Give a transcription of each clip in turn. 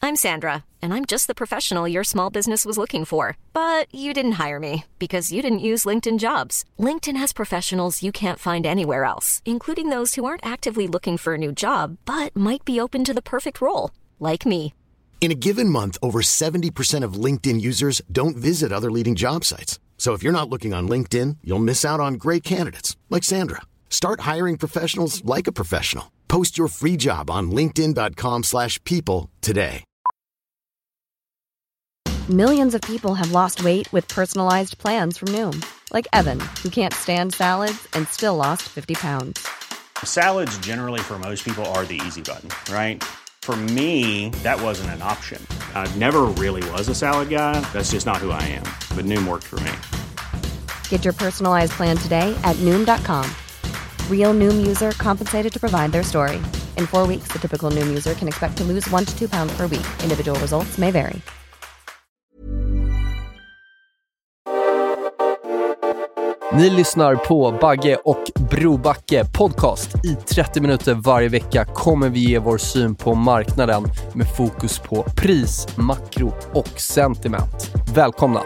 I'm Sandra, and I'm just the professional your small business was looking for. But you didn't hire me because you didn't use LinkedIn Jobs. LinkedIn has professionals you can't find anywhere else, including those who aren't actively looking for a new job, but might be open to the perfect role, like me. In a given month, over 70% of LinkedIn users don't visit other leading job sites. So if you're not looking on LinkedIn, you'll miss out on great candidates like Sandra. Start hiring professionals like a professional. Post your free job on linkedin.com/people today. Millions of people have lost weight with personalized plans from Noom. Like Evan, who can't stand salads and still lost 50 pounds. Salads generally for most people are the easy button, right? For me, that wasn't an option. I never really was a salad guy. That's just not who I am. But Noom worked for me. Get your personalized plan today at Noom.com. Real Noom user compensated to provide their story. In 4 weeks, the typical Noom user can expect to lose 1 to 2 pounds per week. Individual results may vary. Ni lyssnar på Bagge och Brobacke podcast. I 30 minuter varje vecka kommer vi ge vår syn på marknaden med fokus på pris, makro och sentiment. Välkomna!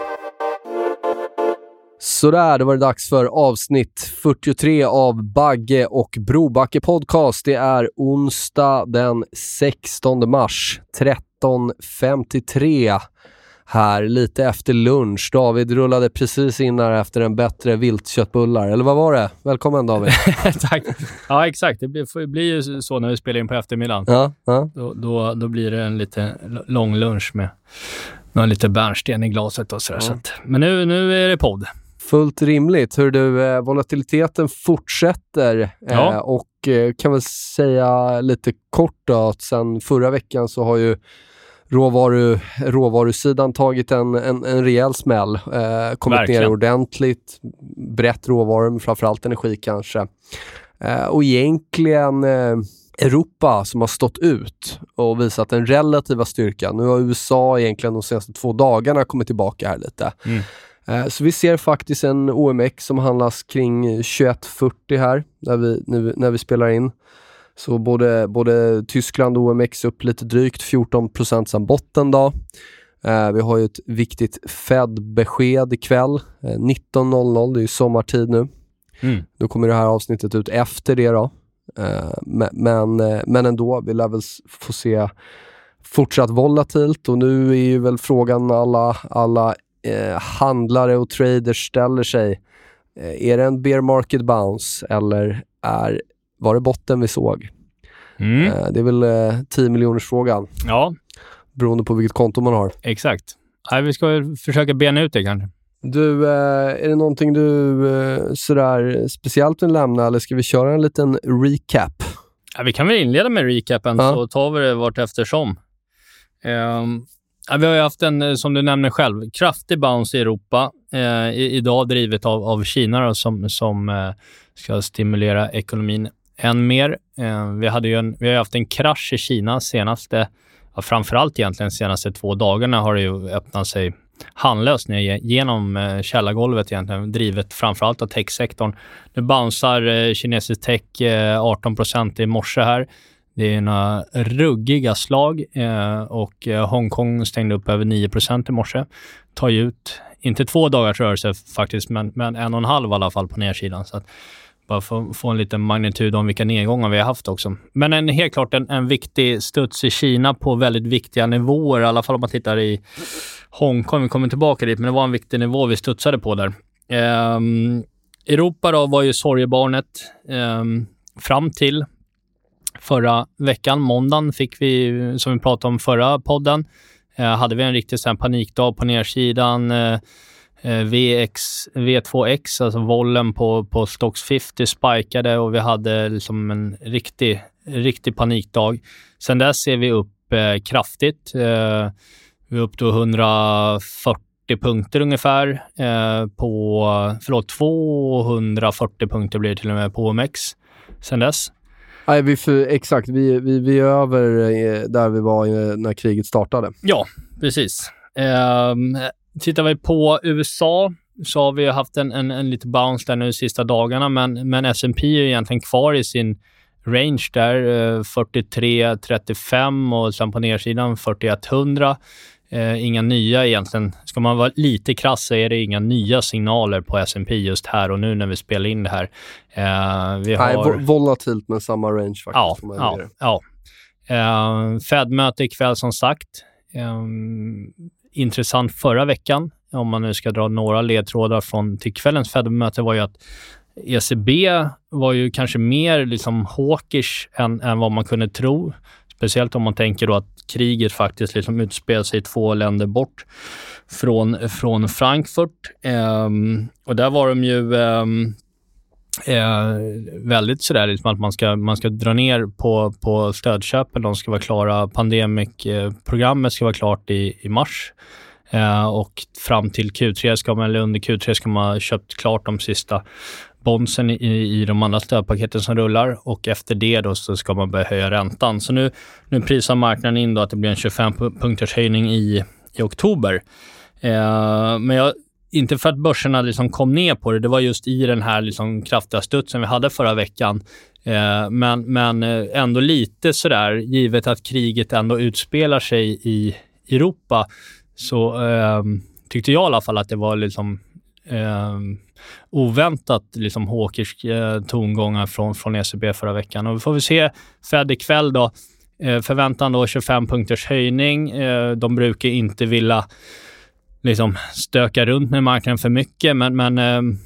Sådär, då var det dags för avsnitt 43 av Bagge och Brobacke podcast. Det är onsdag den 16 mars 13.53. Här lite efter lunch. David rullade precis in här efter en bättre viltköttbullar. Eller vad var det? Välkommen David. Tack. Ja, exakt. Det blir ju så när vi spelar in på eftermiddagen. Ja. Då blir det en lite lång lunch med någon lite bärnsten i glaset och sådär. Ja. Så att, men nu är det podd. Fullt rimligt. Hur du, volatiliteten fortsätter. Ja. Och kan väl säga lite kort då att sen förra veckan så har ju råvarusidan tagit en rejäl smäll. Kommit Verkligen ner ordentligt. Brett råvaror, men framförallt energi kanske. Och egentligen Europa som har stått ut och visat en relativa styrka. Nu har USA egentligen de senaste 2 dagarna kommit tillbaka här lite. Så vi ser faktiskt en OMX som handlas kring 2140 här när vi spelar in. Så både Tyskland och OMX upp lite drygt 14% sedan botten då. Vi har ju ett viktigt Fed-besked ikväll. 19.00, det är ju sommartid nu. Då kommer det här avsnittet ut efter det då. Men ändå, vi lär väl få se fortsatt volatilt. Och nu är ju väl frågan alla handlare och traders ställer sig. Är det en bear market bounce eller var det botten vi såg? Det är väl 10 miljoners frågan. Ja. Beroende på vilket konto man har. Exakt. Nej, vi ska väl försöka bena ut det kanske. Du, är det någonting du sådär speciellt vill lämna eller ska vi köra en liten recap? Ja, vi kan väl inleda med recapen så tar vi det vart eftersom. Vi har ju haft en, som du nämner själv, kraftig bounce i Europa. Idag drivet av Kina då, som ska stimulera ekonomin än mer. Vi har haft en krasch i Kina framförallt egentligen senaste 2 dagarna har det ju öppnat sig handlöst ner genom källargolvet egentligen, drivet framförallt av techsektorn. Nu bouncear kinesisk tech 18% i morse här. Det är några ruggiga slag och Hongkong stängde upp över 9% i morse. Tar ju ut, inte 2 dagars rörelse faktiskt, men 1,5 i alla fall på nedsidan. Så att bara få en liten magnitud om vilka nedgångar vi har haft också. Men helt klart en viktig studs i Kina på väldigt viktiga nivåer. I alla fall om man tittar i Hongkong. Vi kommer tillbaka dit, men det var en viktig nivå vi studsade på där. Europa då var ju sorgebarnet fram till förra veckan. Måndagen fick vi, som vi pratade om förra podden, hade vi en riktig panikdag på nedsidan. V2X, alltså volen på Stocks 50 spikade och vi hade liksom en riktig panikdag. Sen där ser vi upp kraftigt. Vi är upp till 140 punkter ungefär på 240 punkter blir det till och med på OMX sen dess. Nej, vi är över där vi var när kriget startade. Ja, precis. Tittar vi på USA så har vi haft en lite bounce där nu de sista dagarna, men S&P är egentligen kvar i sin range där, 43-35 och sen på nedsidan 41-100. Inga nya egentligen. Ska man vara lite krass så är det inga nya signaler på S&P just här och nu när vi spelar in det här. Vi har... Nej, volatilt men samma range faktiskt. Ja. Fed-möte ikväll som sagt. Intressant förra veckan, om man nu ska dra några ledtrådar till kvällens Fed-möte, var ju att ECB var ju kanske mer liksom hawkish än vad man kunde tro. Speciellt om man tänker då att kriget faktiskt liksom utspelar sig i 2 länder bort från Frankfurt. Och där var de ju väldigt sådär liksom att man ska dra ner på stödköpen. De ska vara klara, pandemikprogrammet ska vara klart i mars. Och fram till Q3 eller under Q3 ska man ha köpt klart de sista bondsen i de andra stödpaketen som rullar, och efter det då så ska man börja höja räntan. Så nu prisar marknaden in då att det blir en 25-punkters höjning i oktober. Men inte för att börserna liksom kom ner på det var just i den här liksom kraftiga studsen vi hade förra veckan. Men ändå lite sådär, givet att kriget ändå utspelar sig i Europa, så tyckte jag i alla fall att det var liksom oväntat liksom hawkish tongångar från ECB förra veckan. Och vi får väl se Fed ikväll då. Förväntan då 25 punkters höjning. De brukar inte vilja liksom stöka runt med marknaden för mycket, men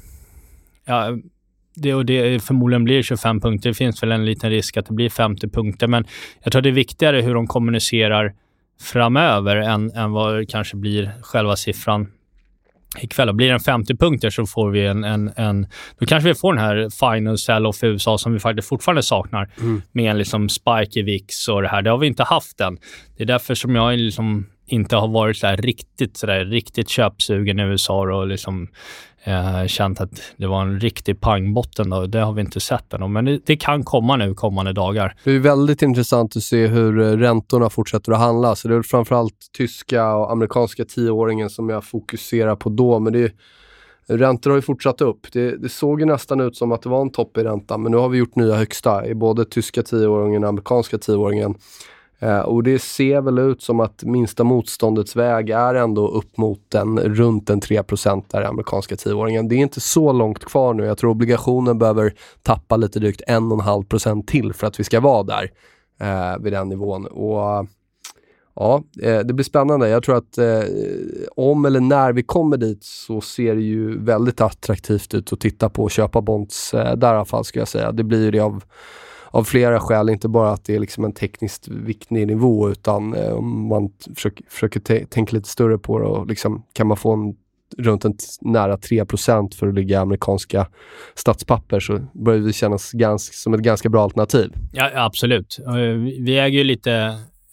det förmodligen blir 25 punkter. Det finns väl en liten risk att det blir 50 punkter, men jag tror det är viktigare hur de kommunicerar framöver än vad det kanske blir själva siffran ikväll. Blir det en 50 punkter så får vi då kanske vi får den här final sell-off i USA som vi faktiskt fortfarande saknar, med en liksom spike i VIX och det här. Det har vi inte haft än. Det är därför som jag liksom inte har varit riktigt köpsugen i USA och liksom känt att det var en riktig pangbotten då. Det har vi inte sett än. Men det kan komma nu kommande dagar. Det är väldigt intressant att se hur räntorna fortsätter att handla. Så det är framförallt tyska och amerikanska 10-åringen som jag fokuserar på då. Men räntor har ju fortsatt upp. Det såg ju nästan ut som att det var en topp i räntan. Men nu har vi gjort nya högsta i både tyska 10-åringen och amerikanska 10-åringen. Och det ser väl ut som att minsta motståndets väg är ändå upp mot runt en 3% där i amerikanska 10-åringen. Det är inte så långt kvar nu. Jag tror obligationen behöver tappa lite drygt 1,5% till för att vi ska vara där vid den nivån. Och ja, det blir spännande. Jag tror att om eller när vi kommer dit så ser det ju väldigt attraktivt ut att titta på och köpa bonds där i alla fall, ska jag säga. Det blir ju det av flera skäl, inte bara att det är liksom en tekniskt viktig nivå, utan om man försöker tänka lite större på det, och liksom, kan man få runt nära 3% för att ligga amerikanska statspapper, så börjar det kännas som ett ganska bra alternativ. Ja, absolut. Vi äger ju lite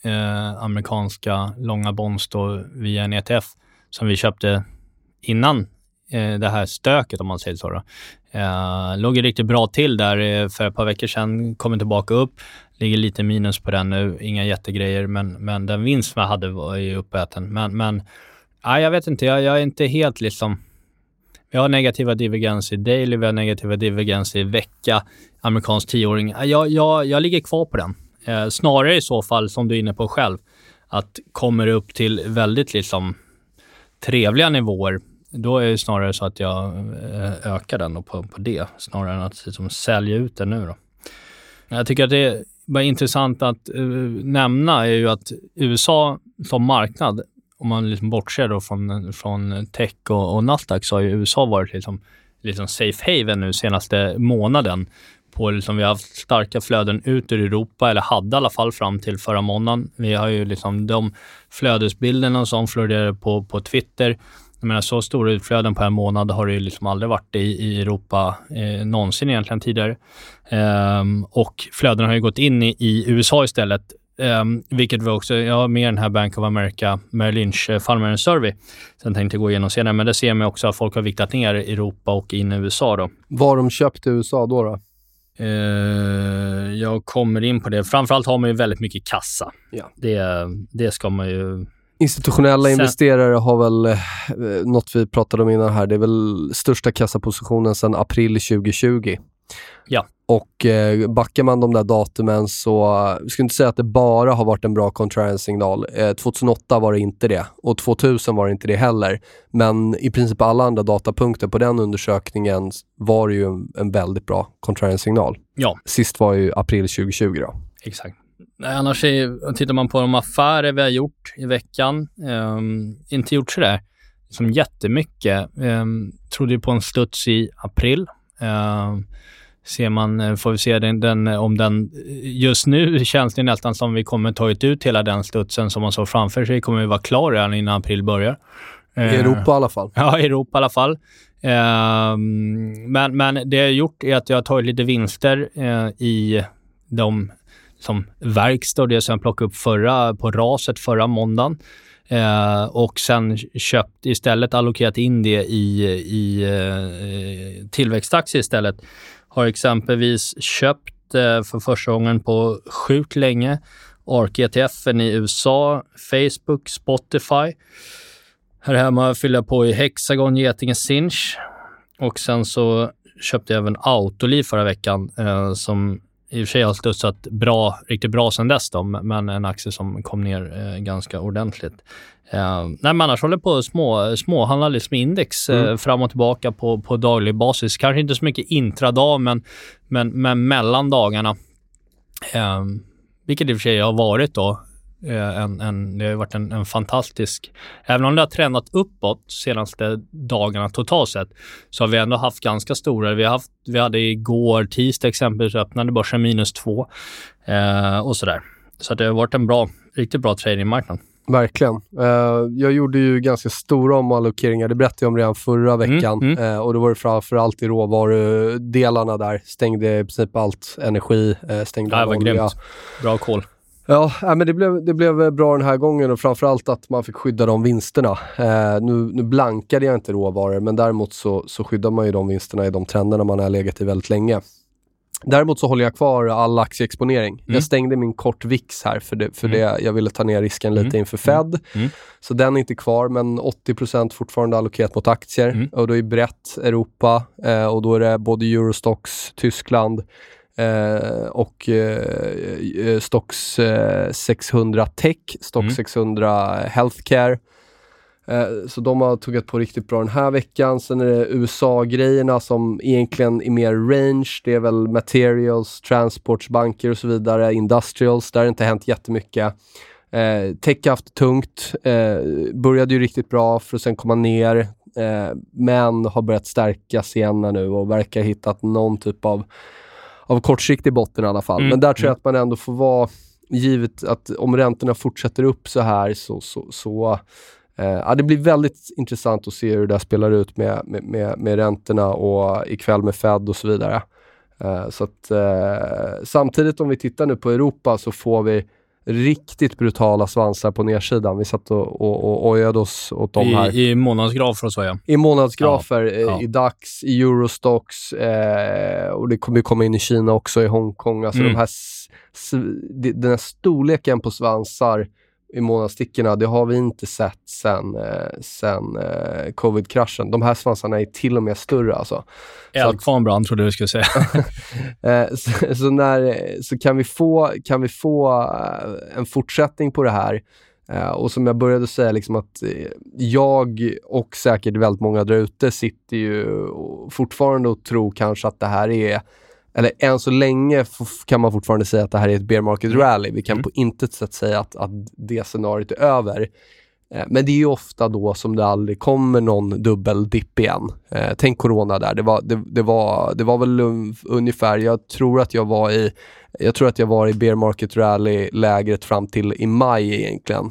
amerikanska långa bonds då via en ETF som vi köpte innan det här stöket, om man säger så då. Låg riktigt bra till där för ett par veckor sedan, kommer tillbaka upp, ligger lite minus på den nu, inga jättegrejer, men den vinst jag hade var ju uppäten. Men jag vet inte, jag är inte helt liksom, vi har negativa divergens i daily, vi har negativa divergens i vecka, amerikansk 10-åring, jag ligger kvar på den. Snarare i så fall, som du är inne på själv, att kommer upp till väldigt liksom trevliga nivåer, då är det snarare så att jag ökar den på det, snarare än att liksom sälja ut den nu då. Jag tycker att det är intressant att nämna är ju att USA som marknad, om man liksom bortser då från tech och Nasdaq, så har ju USA varit liksom safe haven nu senaste månaden. På liksom, vi har haft starka flöden ut ur Europa, eller hade i alla fall fram till förra måndagen. Vi har ju liksom de flödesbilderna som florerade på Twitter. Jag menar, så stora utflöden på en månad har det ju liksom aldrig varit i Europa någonsin egentligen tidigare. Och flöden har ju gått in i USA istället. Vilket vi också, jag har med den här Bank of America Merrill Lynch Farmer Survey. Sen tänkte jag gå igenom senare, men det ser man också att folk har viktat ner Europa och in i USA då. Vad de köpt i USA då? Jag kommer in på det. Framförallt har man ju väldigt mycket kassa. Ja. Det ska man ju... Institutionella investerare har väl något vi pratade om innan här. Det är väl största kassapositionen sedan april 2020. Ja. Och backar man de där datumen så jag skulle inte säga att det bara har varit en bra contrarian-signal. 2008 var det inte det och 2000 var det inte det heller. Men i princip alla andra datapunkter på den undersökningen var det ju en väldigt bra contrarian-signal. Ja. Sist var ju april 2020 då. Exakt. Annars tittar man på de affärer vi har gjort i veckan, inte gjort sådär som jättemycket. Trodde ju på en studs i april. Får vi se om den just nu känns det nästan som vi kommer tagit ut hela den studsen som man såg framför sig. Kommer vi vara klar redan innan april börjar. I Europa i alla fall. Ja, i Europa i alla fall. Men det jag har gjort är att jag har tagit lite vinster i de som verkstad, det som jag plockade upp på raset förra måndagen. Och sen istället allokerat in det i tillväxtaktier istället. Har exempelvis köpt för första gången på sjukt länge ARK-ETFen i USA, Facebook, Spotify. Här hemma fyller jag på i Hexagon, Getinge, Sinch. Och sen så köpte jag även Autoliv förra veckan som i och för sig har studsat riktigt bra sedan dess då, men en aktie som kom ner ganska ordentligt. Men annars håller på småhandla liksom index fram och tillbaka på daglig basis. Kanske inte så mycket intradag, men mellan dagarna. Vilket i och för sig har varit då. Det har varit en fantastisk... Även om det har tränat uppåt senaste dagarna totalt sett, så har vi ändå haft ganska stora. Vi hade igår, tisdag exempelvis, öppnade börsen -2 och sådär. Så det har varit en riktigt bra tradingmarknad. Verkligen. Jag gjorde ju ganska stora omallokeringar. Det berättade jag om redan förra veckan. Och då var det framförallt i råvarudelarna där. Stängde i princip allt energi. Stängde det var grymt. Bra call. Ja, men det blev bra den här gången och framförallt att man fick skydda de vinsterna. Nu blankade jag inte råvaror, men däremot så skyddar man ju de vinsterna i de trenderna man har legat i väldigt länge. Däremot så håller jag kvar all aktieexponering. Jag stängde min kort VIX här för det jag ville ta ner risken lite inför Fed. Så den är inte kvar, men 80% fortfarande allokerat mot aktier. Och då är brett Europa och då är det både Eurostox, Tyskland och Stox 600 Tech, Stox 600 Healthcare. Så de har tagit på riktigt bra den här veckan. Sen är det USA-grejerna som egentligen är mer range. Det är väl materials, transports, banker och så vidare. Industrials, där har det inte hänt jättemycket. Tech har haft tungt. Började ju riktigt bra för att sen komma ner. Men har börjat stärkas igen nu och verkar ha hittat någon typ av kortsiktig botten i alla fall. Men där tror jag att man ändå får vara, givet att om räntorna fortsätter upp så här så det blir väldigt intressant att se hur det spelar ut med räntorna och ikväll med Fed och så vidare. Så att samtidigt om vi tittar nu på Europa så får vi riktigt brutala svansar på nedsidan. Vi satt och ojade oss åt de här. I månadsgrafer och så, ja. I månadsgrafer, i DAX, i Eurostox och det kommer komma in i Kina också, i Hongkong. Alltså den här storleken på svansar i månadstickorna, det har vi inte sett sen covid-kraschen. De här svansarna är till och med större alltså. Eldkvarnbrand trodde du skulle säga. så kan vi få en fortsättning på det här. Och som jag började säga liksom att jag och säkert väldigt många där ute sitter ju fortfarande och tror kanske att det här är, eller än så länge kan man fortfarande säga att det här är ett bear market rally. Vi kan på intet sätt säga att det scenariot är över. Men det är ju ofta då som det aldrig kommer någon dubbeldipp igen. Tänk corona där. Det var väl ungefär, jag tror att jag var i bear market rally lägret fram till i maj egentligen.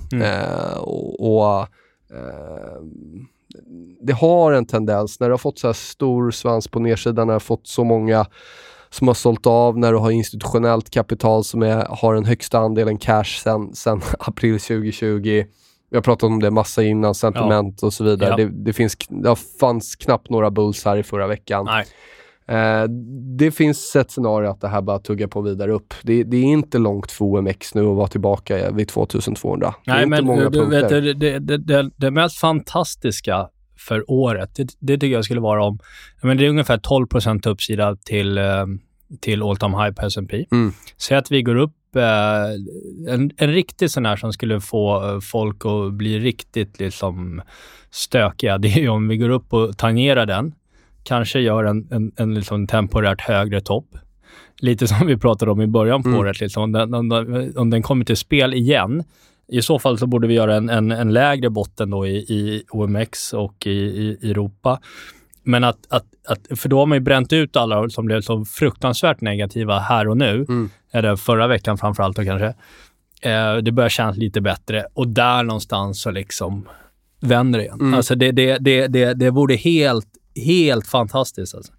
Det har en tendens när du har fått så här stor svans på nedsidan, när du har fått så många som har sålt av, när du har institutionellt kapital som har den högsta andelen cash sen april 2020. Jag har pratat om det massa innan, sentiment och så vidare. Ja. Det fanns knappt några bulls här i förra veckan. Nej. Det finns ett scenario att det här bara tuggar på vidare upp. Det är inte långt för OMX nu att vara tillbaka vid 2200. Nej, men du vet, det mest fantastiska för året. Det tycker jag skulle vara om... Men det är ungefär 12% uppsida till all time high på S&P. Så att vi går upp en riktig sån här som skulle få folk att bli riktigt liksom stökiga. Det är ju om vi går upp och tangerar den. Kanske gör en liksom temporärt högre topp. Lite som vi pratade om i början på året. Liksom. Om den kommer till spel igen. I så fall så borde vi göra en lägre botten då i OMX och i Europa. Men för då har man ju bränt ut alla som blev så fruktansvärt negativa här och nu. Eller förra veckan framförallt då kanske. Det börjar kännas lite bättre. Och där någonstans så liksom vänder det igen. Alltså det vore helt fantastiskt alltså.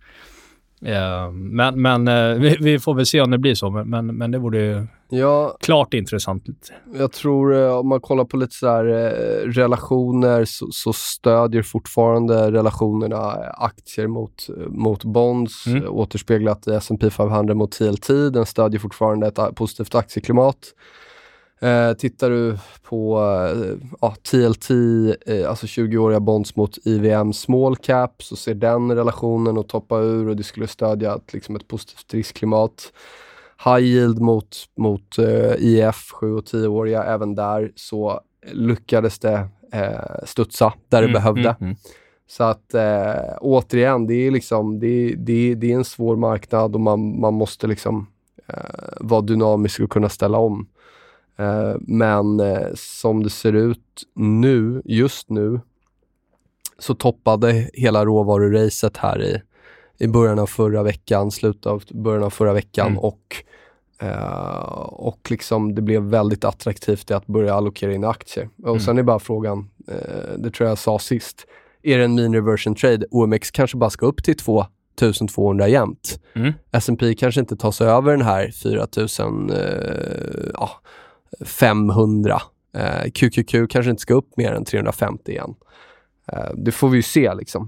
Men vi får väl se om det blir så. Men det vore klart intressant. Jag tror om man kollar på lite så här relationer så stödjer fortfarande relationerna aktier mot bonds, återspeglat i S&P 500 mot TLT. Den stödjer fortfarande ett positivt aktieklimat. Tittar du på TLT, alltså 20-åriga bonds mot IVM small cap, så ser den relationen att toppa ur och det skulle stödja liksom ett positivt riskklimat. High yield mot IF 7- och 10-åriga, även där så lyckades det studsa där det behövde. Så att återigen, det är liksom det är en svår marknad och man måste liksom vara dynamisk och kunna ställa om. Men som det ser ut just nu så toppade hela råvaruracet här i början av förra veckan, slutet av början av förra veckan och liksom det blev väldigt attraktivt att börja allokera in aktier. Och sen är bara frågan, det tror jag sa sist, är det en mean reversion trade? OMX kanske bara ska upp till 2200 jämt. S&P kanske inte tar sig över den här 4500. QQQ kanske inte ska upp mer än 350 igen. Det får vi ju se liksom.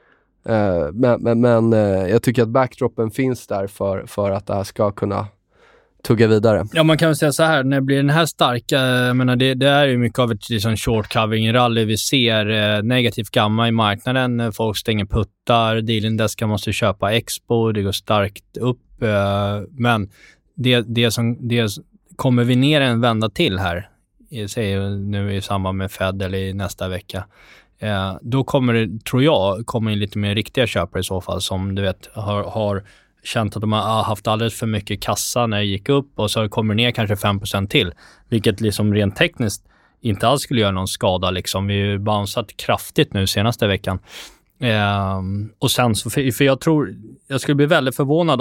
Men jag tycker att backdropen finns där för att det här ska kunna tugga vidare. Ja, man kan väl säga så här, när det blir den här starka, jag menar, det är ju mycket av ett liksom short covering rally. Vi ser negativt gamma i marknaden, folk stänger puttar, dealindeska måste köpa expo, det går starkt upp, men det som kommer vi ner en vända till här, säger nu i samband med Fed eller i nästa vecka, då kommer det, tror jag, komma in lite mer riktiga köpare i så fall, som du vet har känt att de har haft alldeles för mycket kassa när det gick upp och så kommer det ner kanske 5% till, vilket liksom rent tekniskt inte alls skulle göra någon skada liksom. Vi har ju bounceat kraftigt nu senaste veckan. Och sen så, för jag tror, jag skulle bli väldigt förvånad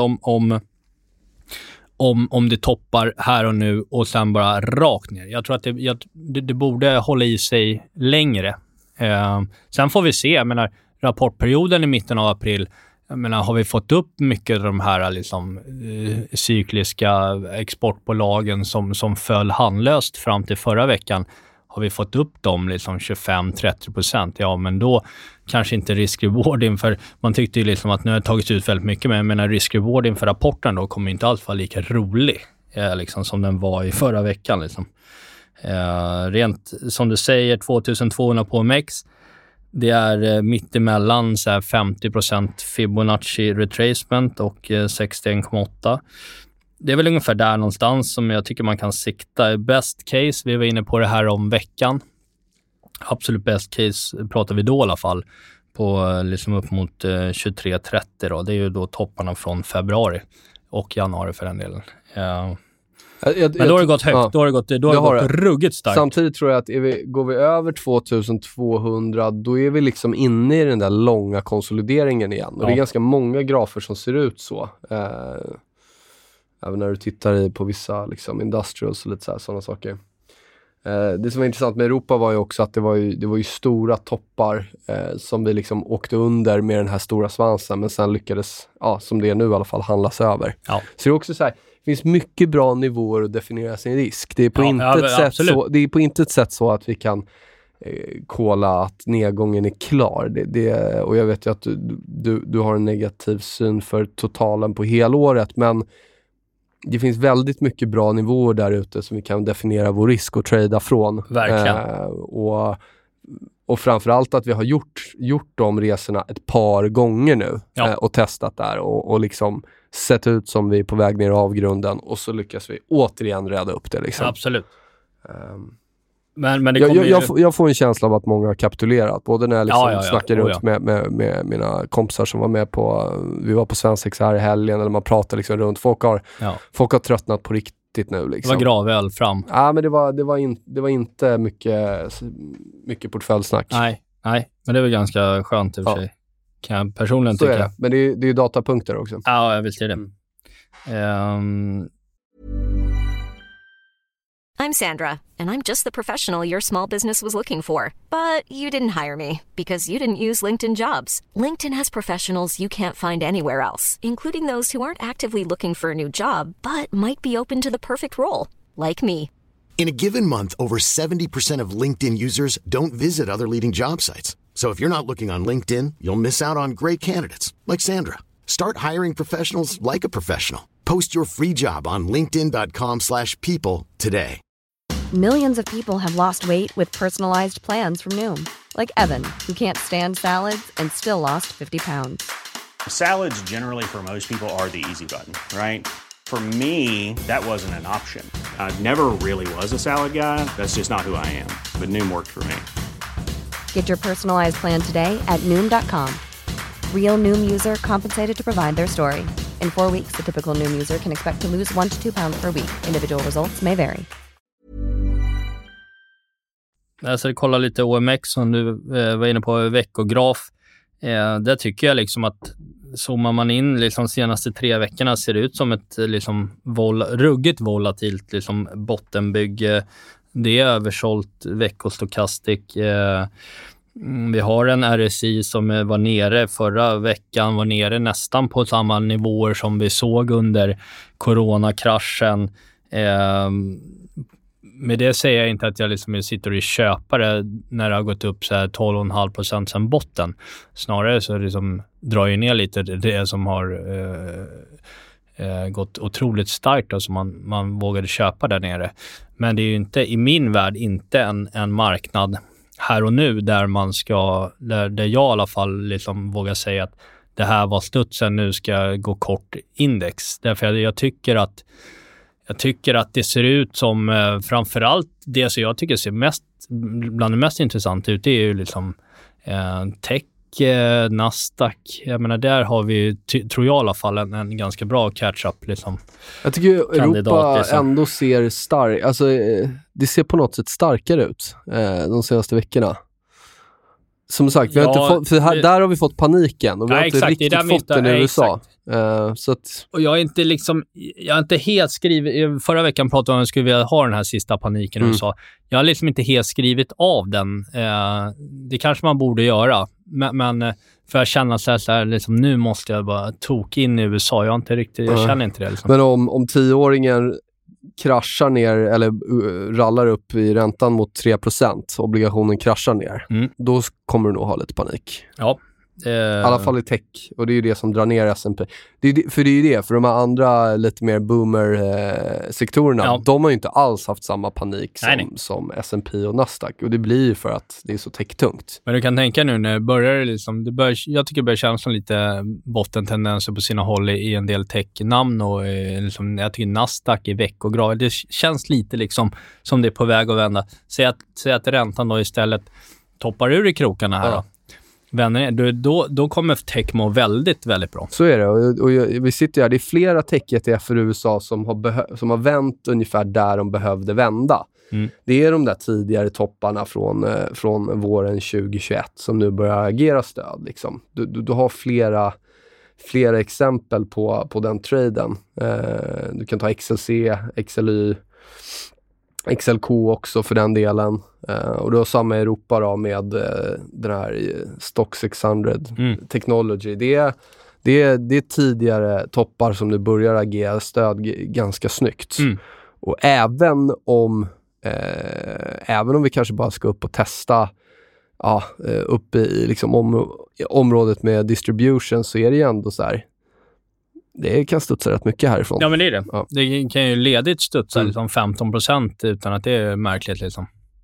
om det toppar här och nu och sen bara rakt ner. Jag tror att det borde hålla i sig längre. Sen får vi se, jag menar, rapportperioden i mitten av april, jag menar, har vi fått upp mycket av de här liksom, cykliska exportbolagen som föll handlöst fram till förra veckan, har vi fått upp dem liksom 25-30%, ja men då kanske inte risk-reward inför, man tyckte ju liksom att nu har det tagits ut väldigt mycket, men jag menar risk-reward inför rapporten då kommer inte alls vara lika rolig liksom, som den var i förra veckan liksom. Rent som du säger, 2200 på OMX, det är mittemellan så här 50% Fibonacci retracement och 61,8. Det är väl ungefär där någonstans som jag tycker man kan sikta. Best case, vi var inne på det här om veckan. Absolut best case pratar vi då i alla fall på liksom upp mot 23,30 då. Det är ju då topparna från februari och januari för den delen. Men då har det gått högt, då har det gått ruggigt starkt. Samtidigt tror jag att går vi över 2200, då är vi liksom inne i den där långa konsolideringen igen. Och det är ganska många grafer som ser ut så. Även när du tittar på vissa liksom industrials och lite sådana saker. Det som var intressant med Europa var ju också att det var ju stora toppar som vi liksom åkte under med den här stora svansen, men sen lyckades, som det är nu i alla fall, handlas över. Ja. Så det är också så här, det finns mycket bra nivåer att definiera sin risk. Det är på intet sätt så att vi kan kolla att nedgången är klar. Och jag vet ju att du har en negativ syn för totalen på helåret, men det finns väldigt mycket bra nivåer där ute som vi kan definiera vår risk och trada från. Verkligen. Och Och framförallt att vi har gjort de resorna ett par gånger nu och testat där och liksom sett ut som vi är på väg ner i avgrunden och så lyckas vi återigen rädda upp det. Liksom. Absolut. Men det kommer jag får en känsla av att många har kapitulerat. Både när jag liksom snackar runt med mina kompisar som var med på, vi var på Svensex här i helgen, eller man pratar liksom runt. Folk har tröttnat på riktigt nu. Liksom. Det var gravöl fram. Ja, men det var inte mycket portföljsnack. Nej, men det är väl ganska skönt i och för sig. Kan jag personligen tycka. Det. Men det är ju datapunkter också. Ja, jag vill se det. I'm Sandra, and I'm just the professional your small business was looking for. But you didn't hire me because you didn't use LinkedIn Jobs. LinkedIn has professionals you can't find anywhere else, including those who aren't actively looking for a new job, but might be open to the perfect role, like me. In a given month, over 70% of LinkedIn users don't visit other leading job sites. So if you're not looking on LinkedIn, you'll miss out on great candidates like Sandra. Start hiring professionals like a professional. Post your free job on linkedin.com/people today. Millions of people have lost weight with personalized plans from Noom. Like Evan, who can't stand salads and still lost 50 pounds. Salads generally for most people are the easy button, right? For me, that wasn't an option. I never really was a salad guy. That's just not who I am. But Noom worked for me. Get your personalized plan today at Noom.com. Real Noom user compensated to provide their story. In 4 weeks, the typical Noom user can expect to lose 1 to 2 pounds per week. Individual results may vary. Jag ska kolla lite OMX som du var inne på, veckograf. Där tycker jag liksom att zoomar man in liksom senaste 3 veckorna ser det ut som ett liksom ruggigt volatilt liksom bottenbygge. Det är översålt veckostokastik. Vi har en RSI som var nere förra veckan, var nere nästan på samma nivåer som vi såg under coronakraschen. Med det säger jag inte att jag liksom sitter och köper det när det har gått upp så här 12,5% sedan botten. Snarare så liksom drar ju ner lite det som har gått otroligt starkt och som man vågade köpa där nere. Men det är ju inte, i min värld, inte en marknad här och nu där man ska, där jag i alla fall liksom vågar säga att det här var studsen, nu ska jag gå kort index. Därför jag tycker att det ser ut som framförallt det som jag tycker ser mest, bland det mest intressant ut, det är ju liksom tech, Nasdaq. Jag menar, där har vi, tror jag i alla fall, en ganska bra catch-up liksom. Jag tycker Europa liksom ändå ser stark, alltså det ser på något sätt starkare ut de senaste veckorna. Som sagt, vi har inte fått, för där har vi fått paniken och vi har inte riktigt fått den i USA. Så att... Och jag har inte helt skrivit, förra veckan pratade om att jag skulle vilja ha den här sista paniken i USA. Jag har liksom inte helt skrivit av den. Det kanske man borde göra. Men för jag känner så här liksom, nu måste jag bara toka in i USA. Jag känner inte det. Liksom. Men om 10-åringen kraschar ner eller rallar upp i räntan mot 3%, obligationen kraschar ner, då kommer du nog ha lite panik. Ja. I alla fall i tech, och det är ju det som drar ner S&P. För de här andra lite mer boomer-sektorerna, de har ju inte alls haft samma panik som S&P och Nasdaq, och det blir ju för att det är så tech-tungt. Men du kan tänka nu när det börjar liksom, jag tycker det börjar kännas som lite bottentendenser på sina håll i en del tech-namn, och liksom, jag tycker Nasdaq i veckograd, det känns lite liksom som det är på väg att vända. Säg att räntan då istället toppar ur i krokarna här då. Vänner, då kommer tech må väldigt, väldigt bra. Så är det. Och vi sitter här, det är flera tech-ETF i USA som har vänt ungefär där de behövde vända. Det är de där tidigare topparna från våren 2021 som nu börjar agera stöd. Liksom. Du har flera exempel på den traden. Du kan ta XLC, XLY, XLK också för den delen. Och du har samma i Europa då med den här Stock 600 Technology. Det är tidigare toppar som nu börjar agera stöd ganska snyggt. Och även om vi kanske bara ska upp och testa upp i liksom området med distribution, så är det ju ändå så här. Det kan studsa rätt mycket härifrån. Ja, men det är det. Ja. Det kan ju ledigt studsa liksom 15% utan att det är märkligt liksom.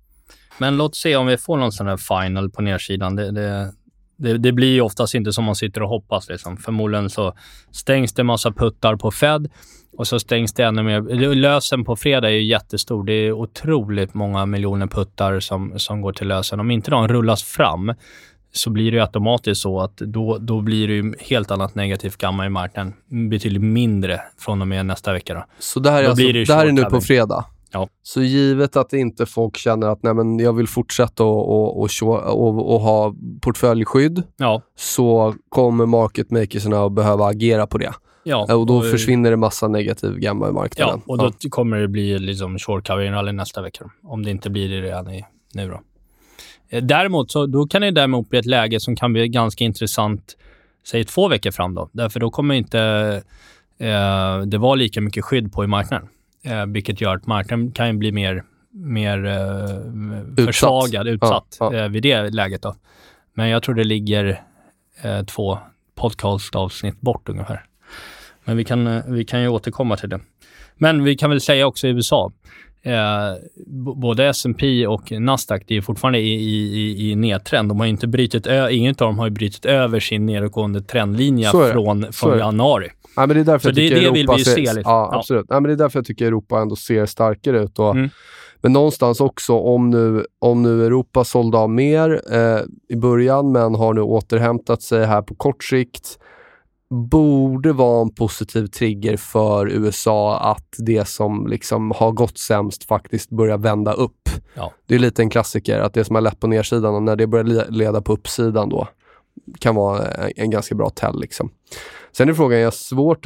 Men låt se om vi får någon sån här final på nedsidan. Det blir ju oftast inte som man sitter och hoppas. Liksom. Förmodligen så stängs det massa puttar på Fed och så stängs det ännu mer. Lösen på fredag är ju jättestor. Det är otroligt många miljoner puttar som går till lösen. Om inte de rullas fram så blir det ju automatiskt så att då blir det ju helt annat negativt gamma i marknaden. Betydligt mindre från och med nästa vecka. Då. Så det här är, alltså, det här är nu på fredag? Ja. Så givet att inte folk känner att nej, men jag vill fortsätta och ha portföljskydd, så kommer market makersna att behöva agera på det. Ja, och då försvinner det massa negativ gamma i marknaden. Ja, och då kommer det bli liksom short covering rally nästa vecka. Om det inte blir det redan nu då. Däremot så då kan det bli ett läge som kan bli ganska intressant, säg 2 veckor fram då. Därför då kommer inte det vara lika mycket skydd på i marknaden. Vilket gör att marknaden kan bli mer försvagad, utsatt vid det läget då. Men jag tror det ligger 2 podcastavsnitt bort ungefär. Men vi kan ju återkomma till det. Men vi kan väl säga också i USA, både S&P och Nasdaq, det är fortfarande i nedtrend. De har inte inget av dem har ju brutit över sin nedåtgående trendlinje från januari. Ja, men det är därför jag tycker Europa vill vi se lite. Ja, absolut. Ja, men det är därför jag tycker Europa ändå ser starkare ut. Men någonstans också, om nu Europa sålde av mer i början, men har nu återhämtat sig här på kort sikt, borde vara en positiv trigger för USA att det som liksom har gått sämst faktiskt börjar vända upp. Ja. Det är lite en klassiker att det som har lett på nedsidan och när det börjar leda på uppsidan då kan vara en ganska bra tell liksom. Sen är frågan, jag har svårt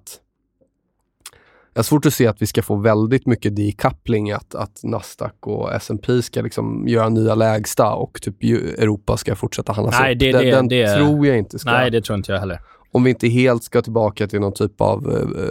att se att vi ska få väldigt mycket decoupling, att Nasdaq och S&P ska liksom göra nya lägsta och typ Europa ska fortsätta handlas upp. Den tror jag inte ska. Nej, det tror inte jag heller. Om vi inte helt ska tillbaka till någon typ av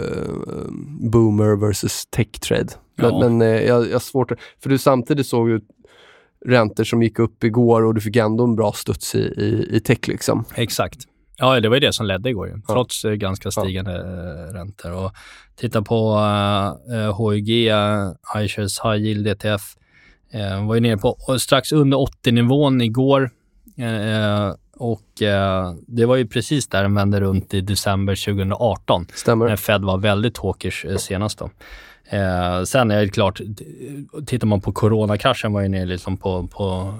boomer versus tech trade. Men jag har svårt att, för du samtidigt såg ju räntor som gick upp igår och du fick ändå en bra studs i tech liksom. Exakt. Ja, det var ju det som ledde igår ju, trots ganska stigande räntor. Och titta på HYG, iShares High Yield ETF, var ju nere på strax under 80-nivån igår. Och det var ju precis där den vände runt i december 2018. Stämmer. När Fed var väldigt hawkish senast då. Sen är det klart, tittar man på coronakraschen var ju nere liksom på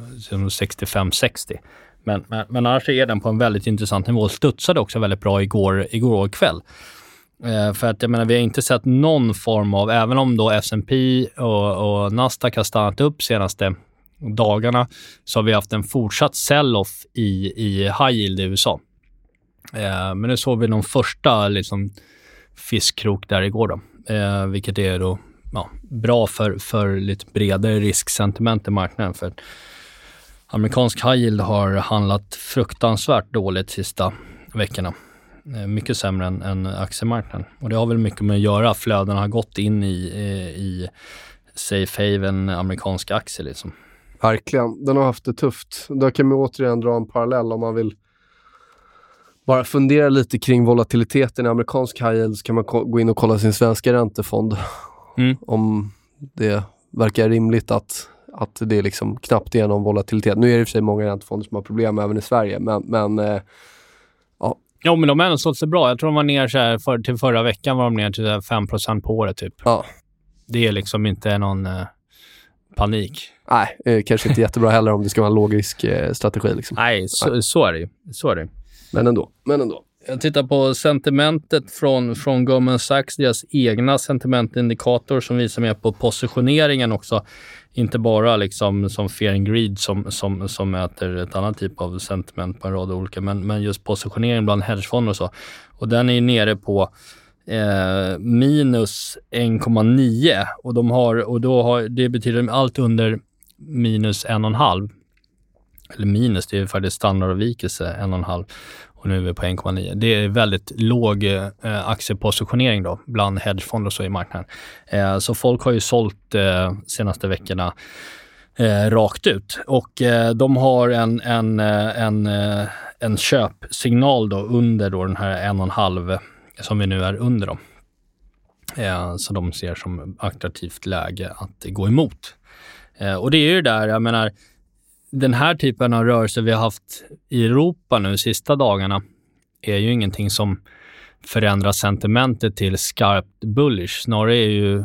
65-60. Men annars är den på en väldigt intressant nivå. Studsade också väldigt bra igår kväll. För att jag menar, vi har inte sett någon form av, även om då S&P och Nasdaq har stannat upp senaste dagarna, så har vi haft en fortsatt sell-off i high yield i USA. Men nu såg vi någon första liksom fiskkrok där igår då. Vilket är då bra för lite bredare risksentiment i marknaden, för amerikansk high yield har handlat fruktansvärt dåligt sista veckorna. Mycket sämre än aktiemarknaden. Och det har väl mycket med att göra. Flöden har gått in i safe haven amerikanska aktier liksom. Verkligen. Den har haft det tufft. Där kan man återigen dra en parallell om man vill bara fundera lite kring volatiliteten i amerikansk high yield, så kan man gå in och kolla sin svenska räntefond. Om det verkar rimligt att det är liksom knappt igenom volatilitet. Nu är det i och för sig många räntefonder som har problem även i Sverige, men ja. Ja, men de har ändå stått sig bra. Jag tror de var ner så här till förra veckan var de ner till 5% på året typ. Ja. Det är liksom inte någon panik. Nej, kanske inte jättebra heller om det ska vara en lågrisk strategi liksom. Nej, så är det. Så är det. Men ändå. Jag tittar på sentimentet från Goldman Sachs, deras egna sentimentindikator som visar mer på positioneringen också. Inte bara liksom som fear and greed som mäter ett annat typ av sentiment på en rad olika, men just positionering bland hedgefonder och så. Och den är nere på minus 1,9 och det betyder allt under minus 1,5. Eller minus, det är faktiskt standardavvikelse 1,5. Och nu är vi på 1,9. Det är väldigt låg aktiepositionering då bland hedgefonder och så i marknaden. Så folk har ju sålt senaste veckorna rakt ut. Och de har en köpsignal då under då den här 1,5 som vi nu är under dem. Så de ser som attraktivt läge att gå emot. Och det är ju där, jag menar, den här typen av rörelse vi har haft i Europa nu sista dagarna är ju ingenting som förändrar sentimentet till skarpt bullish. Snarare är ju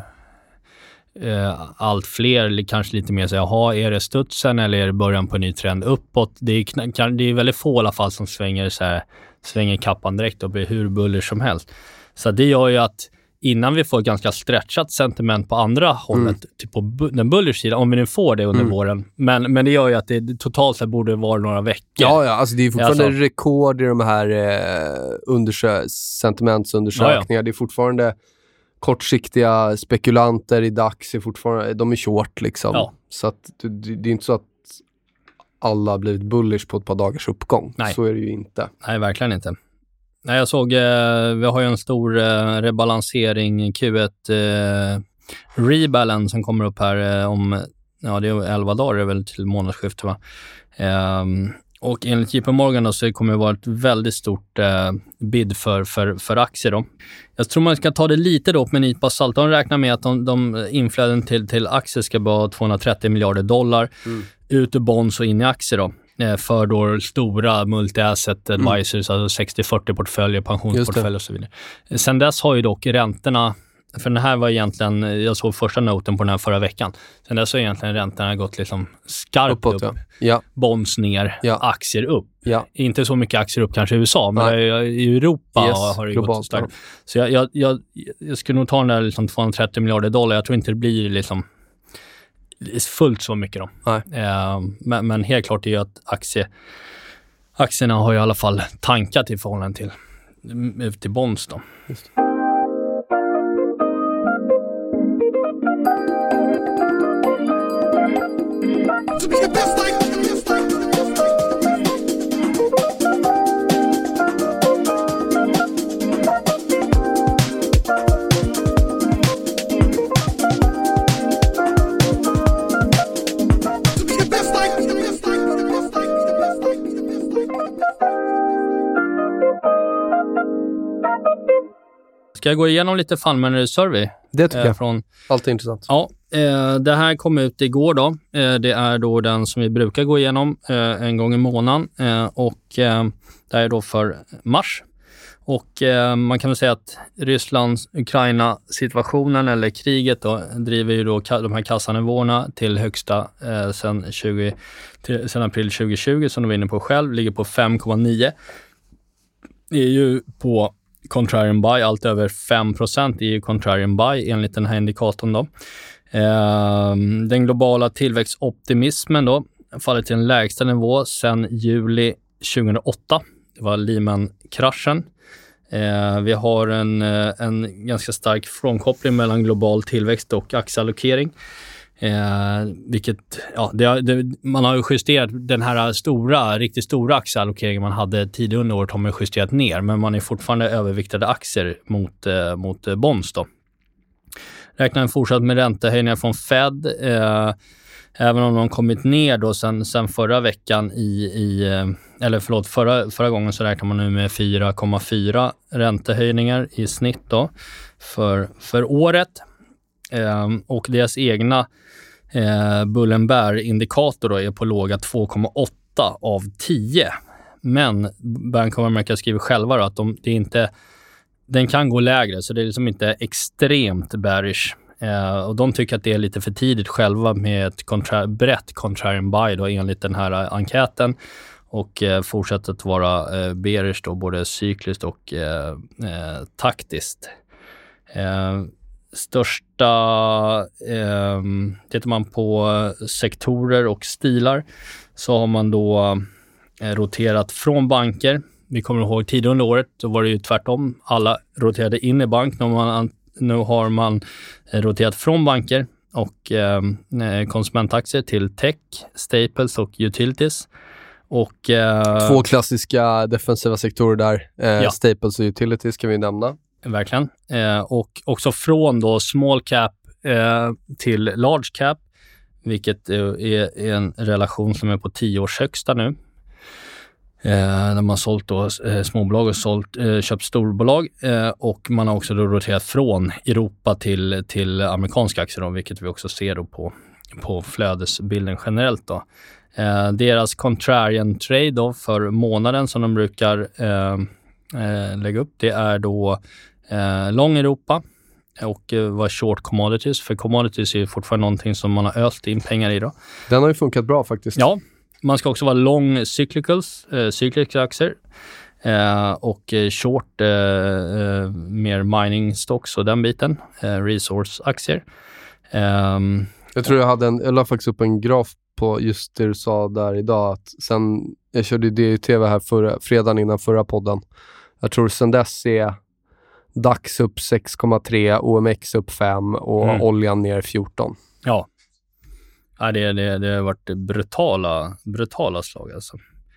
allt fler kanske lite mer så jaha, är det studsen eller är det början på en ny trend uppåt? Det är väldigt få i alla fall som svänger kappan direkt och blir hur bullish som helst. Så det gör ju att innan vi får ett ganska stretchat sentiment på andra hållet, typ på den bullish sidan, om vi nu får det under våren. Men det gör ju att det totalt sett borde vara några veckor. Ja, alltså det är fortfarande rekord i de här sentimentsundersökningar. Ja. Det är fortfarande kortsiktiga spekulanter i DAX, de är short liksom. Ja. Så att det är inte så att alla har blivit bullish på ett par dagars uppgång. Nej. Så är det ju inte. Nej, verkligen inte. Nej, jag såg, vi har ju en stor rebalansering, Q1 rebalance som kommer upp här om, ja det är 11 dagar, det är väl till månadsskiftet va? Och enligt JP Morgan då, så kommer det vara ett väldigt stort bid för aktier då. Jag tror man ska ta det lite då med en nypa salt. De räknar med att de inflöden till aktier ska vara $230 miljarder ut ur bonds och in i aktier då. För då stora multi-asset advisors, alltså 60-40 portföljer, pensionsportföljer och så vidare. Sen dess har ju dock räntorna, för den här var egentligen, jag såg första noten på den här förra veckan. Sen dess har egentligen räntorna gått liksom skarpt uppåt, upp. Ja. Bonds ner, aktier upp. Ja. Inte så mycket aktier upp kanske i USA, men i Europa har det gått starkt. Så jag skulle nog ta den där liksom $230 miljarder. Jag tror inte det blir liksom fullt så mycket då. Men helt klart är ju att aktierna har i alla fall tankat i förhållande till bonds då. Just. To be the best Ska jag gå igenom lite Fundamental Survey? Det tycker jag. Allt är intressant. Ja, det här kom ut igår då. Det är då den som vi brukar gå igenom en gång i månaden. Och det är då för mars. Och man kan väl säga att Rysslands-Ukraina-situationen eller kriget då driver ju då de här kassanivåerna till högsta sen april 2020 som de var inne på själv. Ligger på 5,9. Det är ju på contrarian buy, allt över 5% är ju contrarian buy enligt den här indikatorn då. Den globala tillväxtoptimismen då faller till den lägsta nivå sedan juli 2008. Det var Lehman-kraschen. Vi har en ganska stark frånkoppling mellan global tillväxt och aktieallokering. Vilket, man har ju justerat den här riktigt stora aktieallokeringen man hade tidigare under året har man justerat ner, men man är fortfarande överviktade aktier mot bonds då. Räknar en fortsatt med räntehöjningar från Fed, även om de kommit ner då sen förra veckan förra gången så räknar man nu med 4,4 räntehöjningar i snitt då för året. Och deras egna Bull and Bear-indikator då är på låga 2,8 av 10. Men Bank of America skriver själva då att den kan gå lägre, så det är liksom inte extremt bearish. Och de tycker att det är lite för tidigt själva med ett brett contrarian buy då enligt den här enkäten. Och fortsätter att vara bearish då både cykliskt och taktiskt. Tittar man på sektorer och stilar så har man då roterat från banker. Vi kommer ihåg tidigare under året, då var det ju tvärtom. Alla roterade in i bank. Nu har man roterat från banker och konsumentaktier till tech, staples och utilities. Och, två klassiska defensiva sektorer där. Staples och utilities kan vi nämna. Verkligen. Och också från då small cap till large cap, vilket är en relation som är på 10 års högsta nu. När man sålt då småbolag och köpt storbolag. Och man har också då roterat från Europa till amerikanska aktier då, vilket vi också ser då på på flödesbilden generellt då. Deras contrarian trade då för månaden som de brukar lägga upp, det är då lång Europa och var short commodities, för commodities är ju fortfarande någonting som man har öst in pengar i då. Den har ju funkat bra faktiskt. Ja, man ska också vara lång cykliska aktier och short mer mining stocks och den biten, resource-aktier. Jag tror jag la faktiskt upp en graf på just det du sa där idag, att sen jag körde det i tv här fredagen innan förra podden. Jag tror sen dess är DAX upp 6,3, OMX upp 5 och oljan ner 14. Ja. Ja, det har varit brutala slag alltså.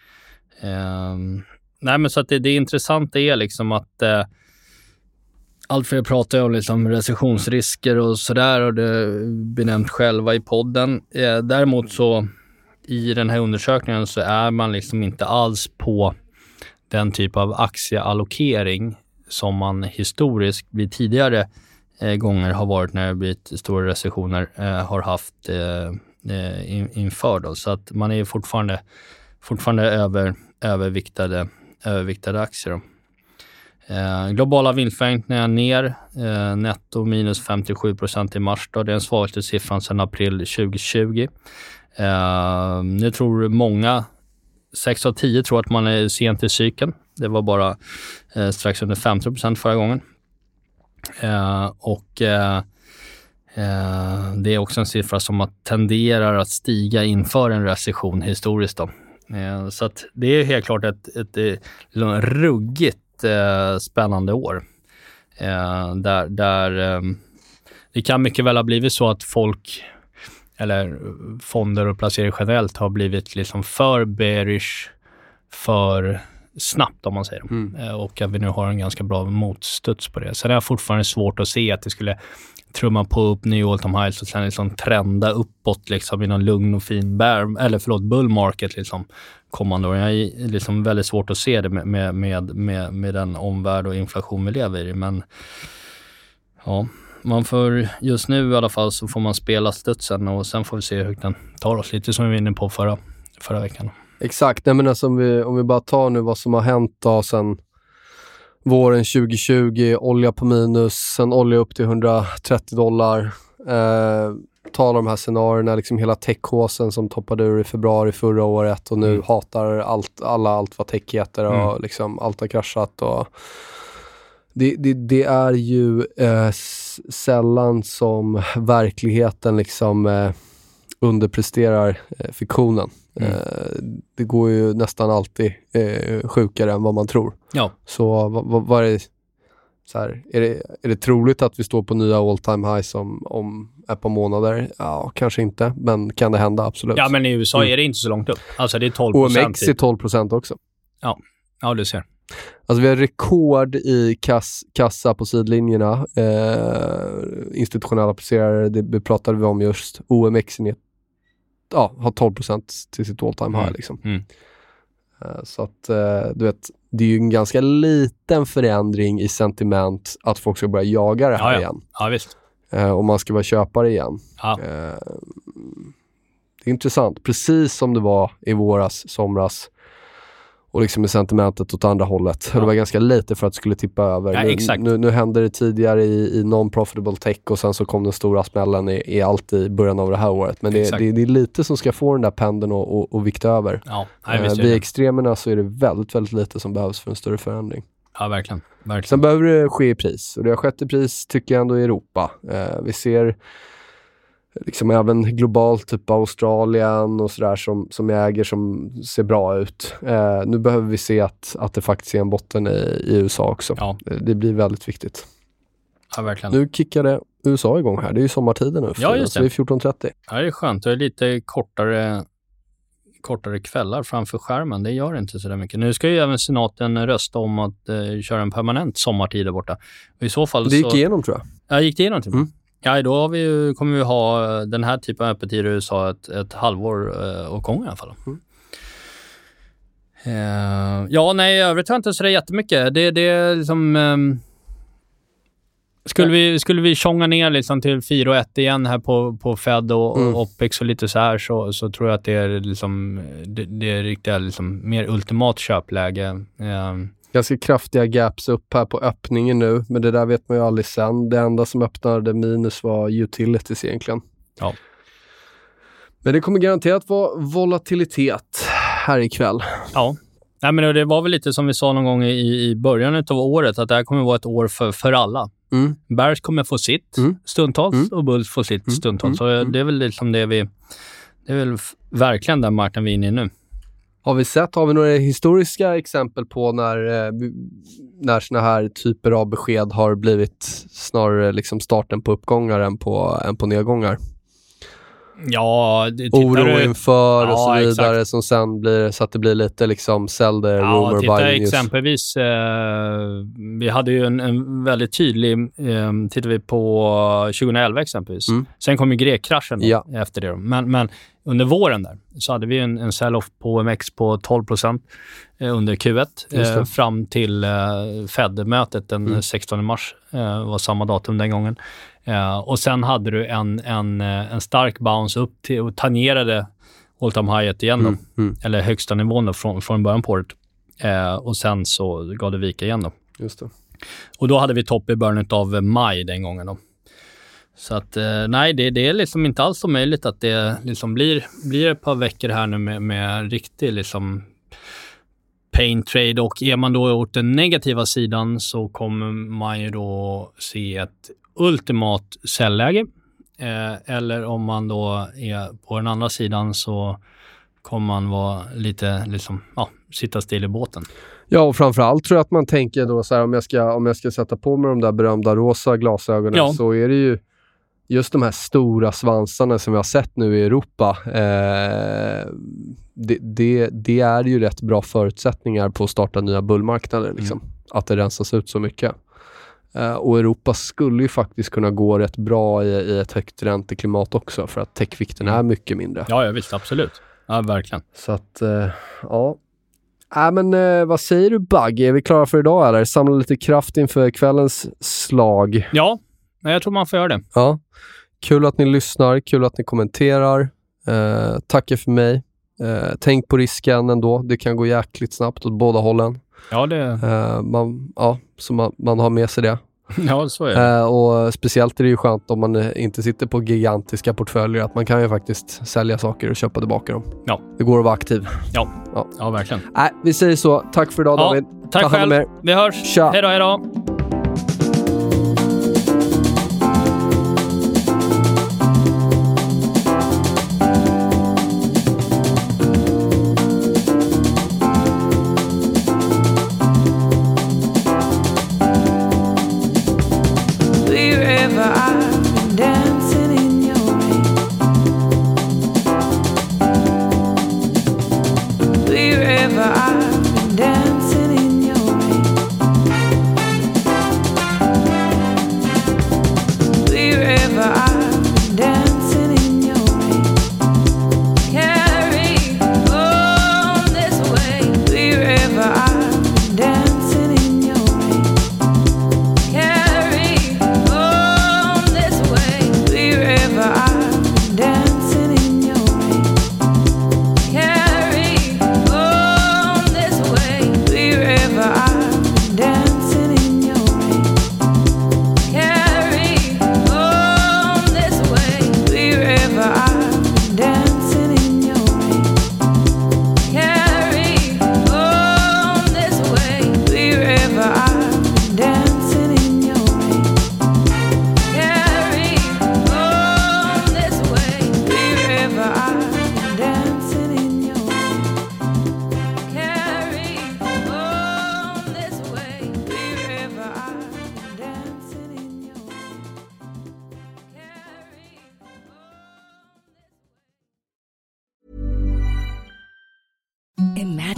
Nej, men så att det intressanta är liksom att allt för jag pratar om liksom recessionsrisker och sådär, och det benämnt själva i podden. Däremot så i den här undersökningen så är man liksom inte alls på den typ av aktieallokering som man historiskt vid tidigare gånger har varit när det blivit stora recessioner har haft inför då. Så att man är fortfarande överviktade aktier då. Globala vinstförväntningar ner, netto minus 57% i mars då. Det är den svagaste siffran sedan april 2020. Nu tror många, 6 av 10 tror att man är sent i cykeln. Det var bara strax under 50% förra gången. Det är också en siffra som tenderar att stiga inför en recession historiskt då. Så att det är helt klart ett ruggigt spännande år. Där det kan mycket väl ha blivit så att folk eller fonder och placerare generellt har blivit liksom för bearish för snabbt om man säger. Och att vi nu har en ganska bra motstuds på det. Så det är fortfarande svårt att se att det skulle trumma på upp ny all-time highs och sen liksom trenda uppåt liksom i någon lugn och fin bull market liksom kommande år. Jag är liksom väldigt svårt att se det med den omvärld och inflation vi lever i. Men ja, man får just nu i alla fall så får man spela studsen och sen får vi se hur den tar oss, lite som vi var inne på förra veckan. Exakt, nej men alltså om vi bara tar nu vad som har hänt då sen våren 2020, olja på minus, sen olja upp till $130. Ta de här scenarierna, liksom hela techhåsen som toppade ur i februari förra året och nu hatar allt vad tech heter och liksom allt har kraschat och det är ju sällan som verkligheten liksom underpresterar fiktionen. Det går ju nästan alltid sjukare än vad man tror. Ja. Så vad är det så här, är det troligt att vi står på nya all time highs om ett par månader? Ja, kanske inte, men kan det hända? Absolut. Ja, men i USA är det inte så långt upp. Alltså det är 12%. OMX är 12% också. Ja, du ser. Alltså vi har rekord i kassa på sidlinjerna. Institutionella placerare, det pratade vi om just. OMX har 12% till sitt all time high liksom. Så att du vet, det är ju en ganska liten förändring i sentiment att folk ska börja jaga det här igen. Ja, visst. Och man ska vara köpare igen. Ja. Det är intressant. Precis som det var i somras och liksom i sentimentet åt andra hållet. Det var ganska lite för att det skulle tippa över. Ja, exakt. Nu hände det tidigare i non-profitable tech och sen så kom den stora smällen i allt i början av det här året. Men det är lite som ska få den där pendeln och vikta över. Ja, vid extremerna så är det väldigt, väldigt lite som behövs för en större förändring. Ja, verkligen. Sen behöver det ske i pris. Och det har skett i pris tycker jag ändå i Europa. Vi ser liksom även globalt, typ Australien och sådär som äger som ser bra ut. Nu behöver vi se att det faktiskt är en botten i USA också. Ja. Det blir väldigt viktigt. Ja, verkligen. Nu kickade USA igång här. Det är ju sommartiden nu. Ja, just det. Så det är 14.30. Ja, det är skönt. Det är lite kortare kvällar framför skärmen. Det gör inte så där mycket. Nu ska ju även senaten rösta om att köra en permanent sommartid där borta. Och i så fall det gick igenom tror jag. Ja, gick det igenom till mig? Ja, då kommer vi ha den här typen av öppettider i USA ett halvår och gång i alla fall. Ja, nej, i övrigt har jag inte så jättemycket. Det är liksom Skulle vi tjonga ner liksom till 4-1 igen här på Fed och OPEX och lite så här, så tror jag att det är liksom det är riktigt liksom mer ultimat köpläge. Ganska kraftiga gaps upp här på öppningen nu, men det där vet man ju aldrig sen. Det enda som öppnade minus var utilities egentligen. Ja. Men det kommer garanterat vara volatilitet här ikväll. Ja. Nej, men det var väl lite som vi sa någon gång i början av året, att det här kommer vara ett år för alla. Bears kommer få sitt stundtals och Bulls får sitt stundtals. Så det är väl liksom det är väl verkligen den marknaden vi är inne i nu. Har vi några historiska exempel på när såna här typer av besked har blivit snarare liksom starten på uppgångar än på nedgångar? Ja, oro inför och så vidare, exakt. Som sen blir så att det blir lite liksom sell the rumor buying news. Exempelvis vi hade ju en väldigt tydlig tittar vi på 2011 exempelvis. Sen kom ju grekkraschen efter det. Men under våren där så hade vi en sell-off på OMX på 12% under Q1 fram till Fed-mötet den 16 mars var samma datum den gången. Och sen hade du en stark bounce upp till och tangerade all-time highet igen då. Eller högsta nivån då, från början på året. Och sen så gav det vika igen då. Just det. Och då hade vi topp i början av maj den gången då. Så att nej, det är liksom inte alls så möjligt att det liksom blir ett par veckor här nu med riktig liksom pain trade, och är man då åt den negativa sidan så kommer man ju då se ett ultimat säljläge, eller om man då är på den andra sidan så kommer man vara lite liksom, sitta still i båten. Ja, och framförallt tror jag att man tänker då så här, om jag ska sätta på mig de där berömda rosa glasögonen, så är det ju just de här stora svansarna som vi har sett nu i Europa. Det är ju rätt bra förutsättningar på att starta nya bullmarknader liksom, att det rensas ut så mycket. Och Europa skulle ju faktiskt kunna gå rätt bra i ett högt ränteklimat också, för att techvikten är mycket mindre. Ja, visst, absolut. Ja, verkligen. Så att, ja. Men vad säger du, Bagge? Är vi klara för idag eller? Samla lite kraft inför kvällens slag. Ja, jag tror man får göra det. Ja. Kul att ni lyssnar, kul att ni kommenterar. Tackar för mig. Tänk på risken ändå. Det kan gå jäkligt snabbt åt båda hållen. Ja, det... man har med sig det. Ja, så är det. Och speciellt är det ju skönt om man inte sitter på gigantiska portföljer, att man kan ju faktiskt sälja saker och köpa tillbaka dem. Ja. Det går att vara aktiv. Ja, verkligen. Vi säger så. Tack för idag, David. Tack själv. Vi hörs. Tja. Hej då.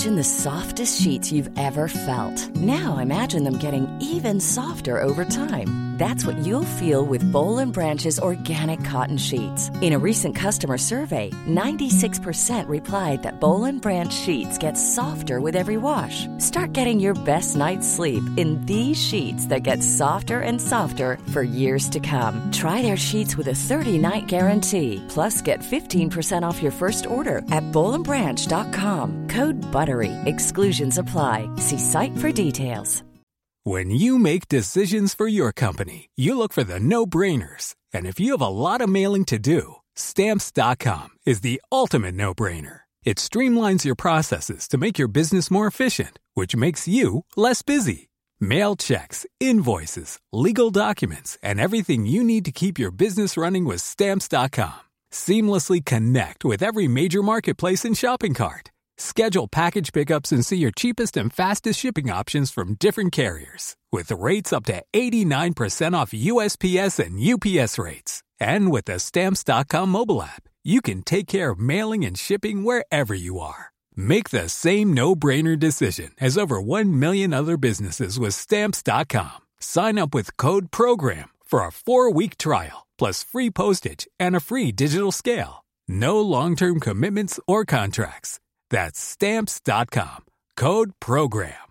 Imagine the softest sheets you've ever felt. Now imagine them getting even softer over time. That's what you'll feel with Boll & Branch's organic cotton sheets. In a recent customer survey, 96% replied that Boll & Branch sheets get softer with every wash. Start getting your best night's sleep in these sheets that get softer and softer for years to come. Try their sheets with a 30-night guarantee. Plus, get 15% off your first order at bollandbranch.com. Code BUTTERY. Exclusions apply. See site for details. When you make decisions for your company, you look for the no-brainers. And if you have a lot of mailing to do, Stamps.com is the ultimate no-brainer. It streamlines your processes to make your business more efficient, which makes you less busy. Mail checks, invoices, legal documents, and everything you need to keep your business running with Stamps.com. Seamlessly connect with every major marketplace and shopping cart. Schedule package pickups and see your cheapest and fastest shipping options from different carriers. With rates up to 89% off USPS and UPS rates. And with the Stamps.com mobile app, you can take care of mailing and shipping wherever you are. Make the same no-brainer decision as over 1 million other businesses with Stamps.com. Sign up with code PROGRAM for a 4-week trial, plus free postage and a free digital scale. No long-term commitments or contracts. That's Stamps.com. Code PROGRAM.